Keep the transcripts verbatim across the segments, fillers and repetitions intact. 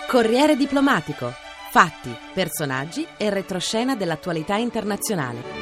Corriere diplomatico. Fatti, personaggi e retroscena dell'attualità internazionale.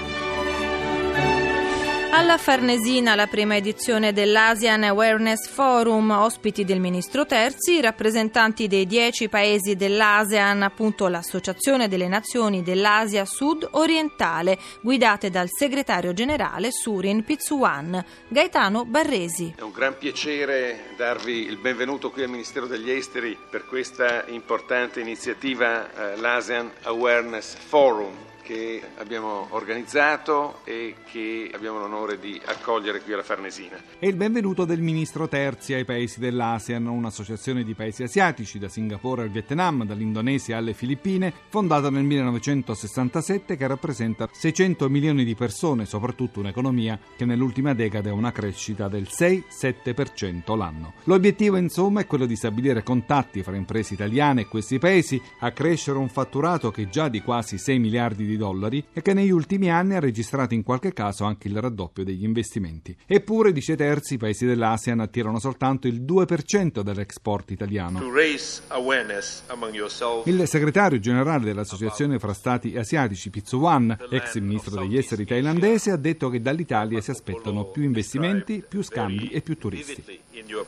Alla Farnesina la prima edizione dell'Asian Awareness Forum, ospiti del ministro Terzi, rappresentanti dei dieci paesi dell'ASEAN, appunto l'Associazione delle Nazioni dell'Asia Sud-Orientale, guidate dal segretario generale Surin Pitsuwan, Gaetano Barresi. È un gran piacere darvi il benvenuto qui al Ministero degli Esteri per questa importante iniziativa, eh, l'Asian Awareness Forum, che abbiamo organizzato e che abbiamo l'onore di accogliere qui alla Farnesina. E il benvenuto del ministro Terzi ai paesi dell'ASEAN, un'associazione di paesi asiatici, da Singapore al Vietnam, dall'Indonesia alle Filippine, fondata nel millenovecentosessantasette, che rappresenta seicento milioni di persone, soprattutto un'economia che nell'ultima decade ha una crescita del sei sette per cento l'anno. L'obiettivo, insomma, è quello di stabilire contatti fra imprese italiane e questi paesi, accrescere un fatturato che già di quasi sei miliardi di dollari e che negli ultimi anni ha registrato in qualche caso anche il raddoppio degli investimenti. Eppure, dice Terzi, i paesi dell'ASEAN attirano soltanto il due per cento dell'export italiano. Il segretario generale dell'Associazione fra Stati Asiatici, Pitsuwan, ex ministro degli esteri thailandese, ha detto che dall'Italia si aspettano più investimenti, più scambi e più turisti.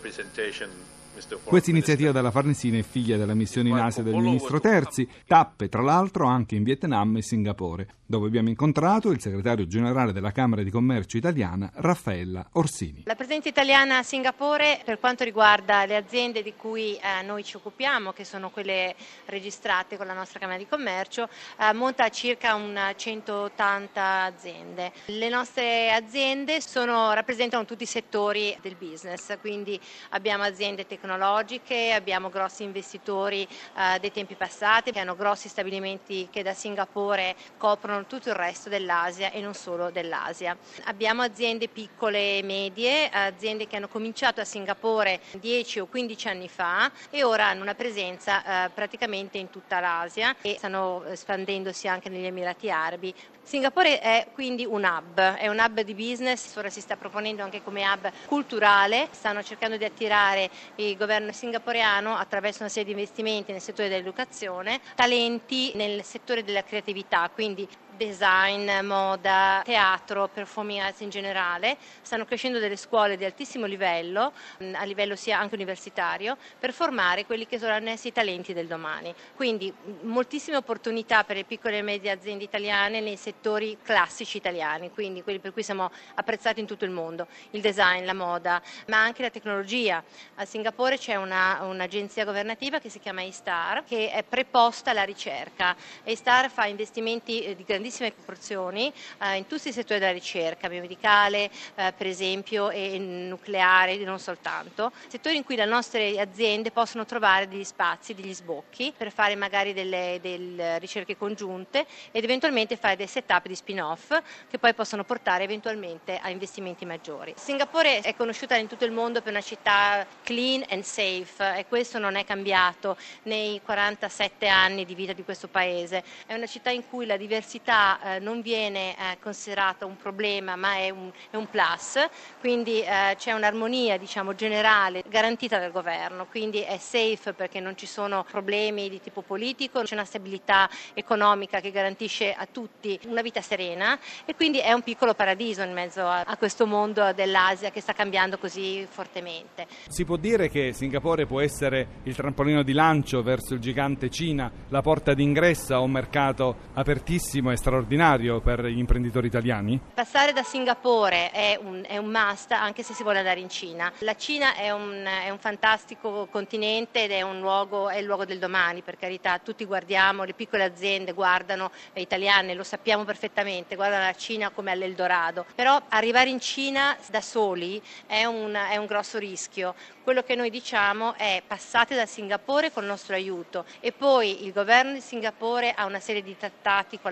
Questa iniziativa della Farnesina è figlia della missione in Asia del ministro Terzi, tappe tra l'altro anche in Vietnam e Singapore, dove abbiamo incontrato il segretario generale della Camera di Commercio italiana, Raffaella Orsini. La presenza italiana a Singapore, per quanto riguarda le aziende di cui eh, noi ci occupiamo, che sono quelle registrate con la nostra Camera di Commercio, eh, monta a circa un centottanta aziende. Le nostre aziende sono, rappresentano tutti i settori del business, quindi abbiamo aziende tecnologiche, tecnologiche, abbiamo grossi investitori eh, dei tempi passati che hanno grossi stabilimenti che da Singapore coprono tutto il resto dell'Asia e non solo dell'Asia. Abbiamo aziende piccole e medie, aziende che hanno cominciato a Singapore dieci o quindici anni fa e ora hanno una presenza eh, praticamente in tutta l'Asia e stanno espandendosi anche negli Emirati Arabi. Singapore è quindi un hub, è un hub di business, ora si sta proponendo anche come hub culturale, stanno cercando di attirare il governo singaporeano attraverso una serie di investimenti nel settore dell'educazione, talenti nel settore della creatività, quindi design, moda, teatro, performing arts in generale. Stanno crescendo delle scuole di altissimo livello, a livello sia anche universitario, per formare quelli che saranno essi i talenti del domani. Quindi moltissime opportunità per le piccole e medie aziende italiane nei settori classici italiani, quindi quelli per cui siamo apprezzati in tutto il mondo, il design, la moda, ma anche la tecnologia. A Singapore c'è una, un'agenzia governativa che si chiama A-Star, che è preposta alla ricerca. A-Star fa investimenti di grandissima proporzioni eh, in tutti i settori della ricerca, biomedicale eh, per esempio e nucleare, non soltanto, settori in cui le nostre aziende possono trovare degli spazi, degli sbocchi per fare magari delle, delle ricerche congiunte ed eventualmente fare dei setup di spin-off che poi possono portare eventualmente a investimenti maggiori. Singapore è conosciuta in tutto il mondo per una città clean and safe e questo non è cambiato nei quarantasette anni di vita di questo paese. È una città in cui la diversità Eh, non viene eh, considerata un problema ma è un, è un plus, quindi eh, c'è un'armonia diciamo generale garantita dal governo, quindi è safe perché non ci sono problemi di tipo politico, c'è una stabilità economica che garantisce a tutti una vita serena e quindi è un piccolo paradiso in mezzo a, a questo mondo dell'Asia che sta cambiando così fortemente. Si può dire che Singapore può essere il trampolino di lancio verso il gigante Cina, la porta d'ingresso a un mercato apertissimo e straordinario per gli imprenditori italiani? Passare da Singapore è un, è un must anche se si vuole andare in Cina. La Cina è un, è un fantastico continente ed è un luogo, è il luogo del domani, per carità, tutti guardiamo, le piccole aziende guardano, le italiane lo sappiamo perfettamente, guardano la Cina come all'Eldorado, però arrivare in Cina da soli è un, è un grosso rischio. Quello che noi diciamo è passate da Singapore con il nostro aiuto e poi il governo di Singapore ha una serie di trattati con la Cina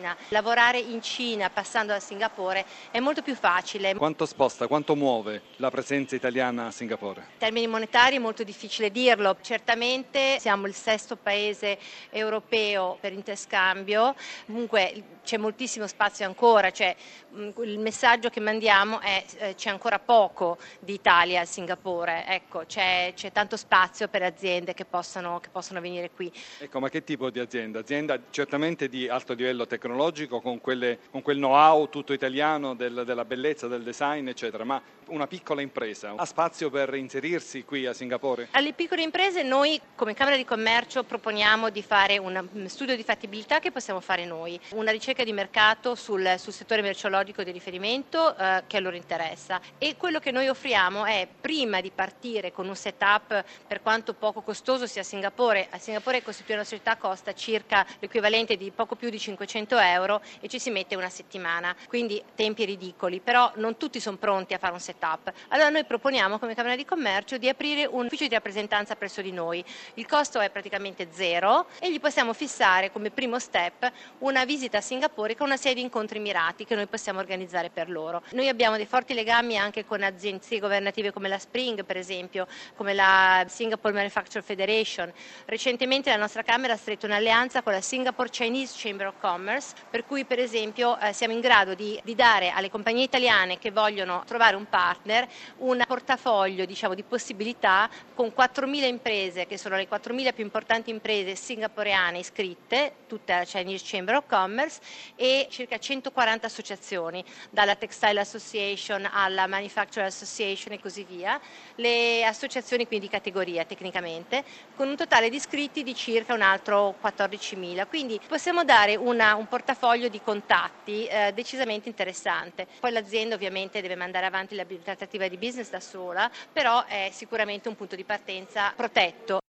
Cina. Lavorare in Cina passando da Singapore è molto più facile. Quanto sposta, quanto muove la presenza italiana a Singapore? In termini monetari è molto difficile dirlo, certamente siamo il sesto paese europeo per interscambio, comunque c'è moltissimo spazio ancora, cioè il messaggio che mandiamo è eh, c'è ancora poco di Italia a Singapore, ecco, c'è, c'è tanto spazio per aziende che possono, che possono venire qui. Ecco, ma che tipo di azienda? Azienda certamente di alto livello tecnologico, con, quelle, con quel know-how tutto italiano del, della bellezza, del design, eccetera, ma una piccola impresa ha spazio per inserirsi qui a Singapore? Alle piccole imprese noi come Camera di Commercio proponiamo di fare un studio di fattibilità che possiamo fare noi, una ricerca di mercato sul, sul settore merceologico di riferimento eh, che a loro interessa, e quello che noi offriamo è, prima di partire con un setup per quanto poco costoso sia a Singapore, a Singapore costituire una società costa circa l'equivalente di poco più di cinquecento euro e ci si mette una settimana, quindi tempi ridicoli, però non tutti sono pronti a fare un setup. Allora noi proponiamo come Camera di Commercio di aprire un ufficio di rappresentanza presso di noi, il costo è praticamente zero e gli possiamo fissare come primo step una visita a Singapore con una serie di incontri mirati che noi possiamo organizzare per loro. Noi abbiamo dei forti legami anche con agenzie governative come la Spring, per esempio, come la Singapore Manufacturing Federation. Recentemente la nostra Camera ha stretto un'alleanza con la Singapore Chinese Chamber of Commerce, per cui per esempio eh, siamo in grado di, di dare alle compagnie italiane che vogliono trovare un partner un portafoglio, diciamo, di possibilità con quattromila imprese, che sono le quattromila più importanti imprese singaporeane iscritte, tutta la Chinese Chamber of Commerce, e circa centoquaranta associazioni, dalla Textile Association alla Manufacturing Association e così via, le associazioni quindi di categoria tecnicamente, con un totale di iscritti di circa un altro quattordicimila, quindi possiamo dare una, un portafoglio di contatti eh, decisamente interessante. Poi l'azienda ovviamente deve mandare avanti la trattativa di business da sola, però è sicuramente un punto di partenza protetto.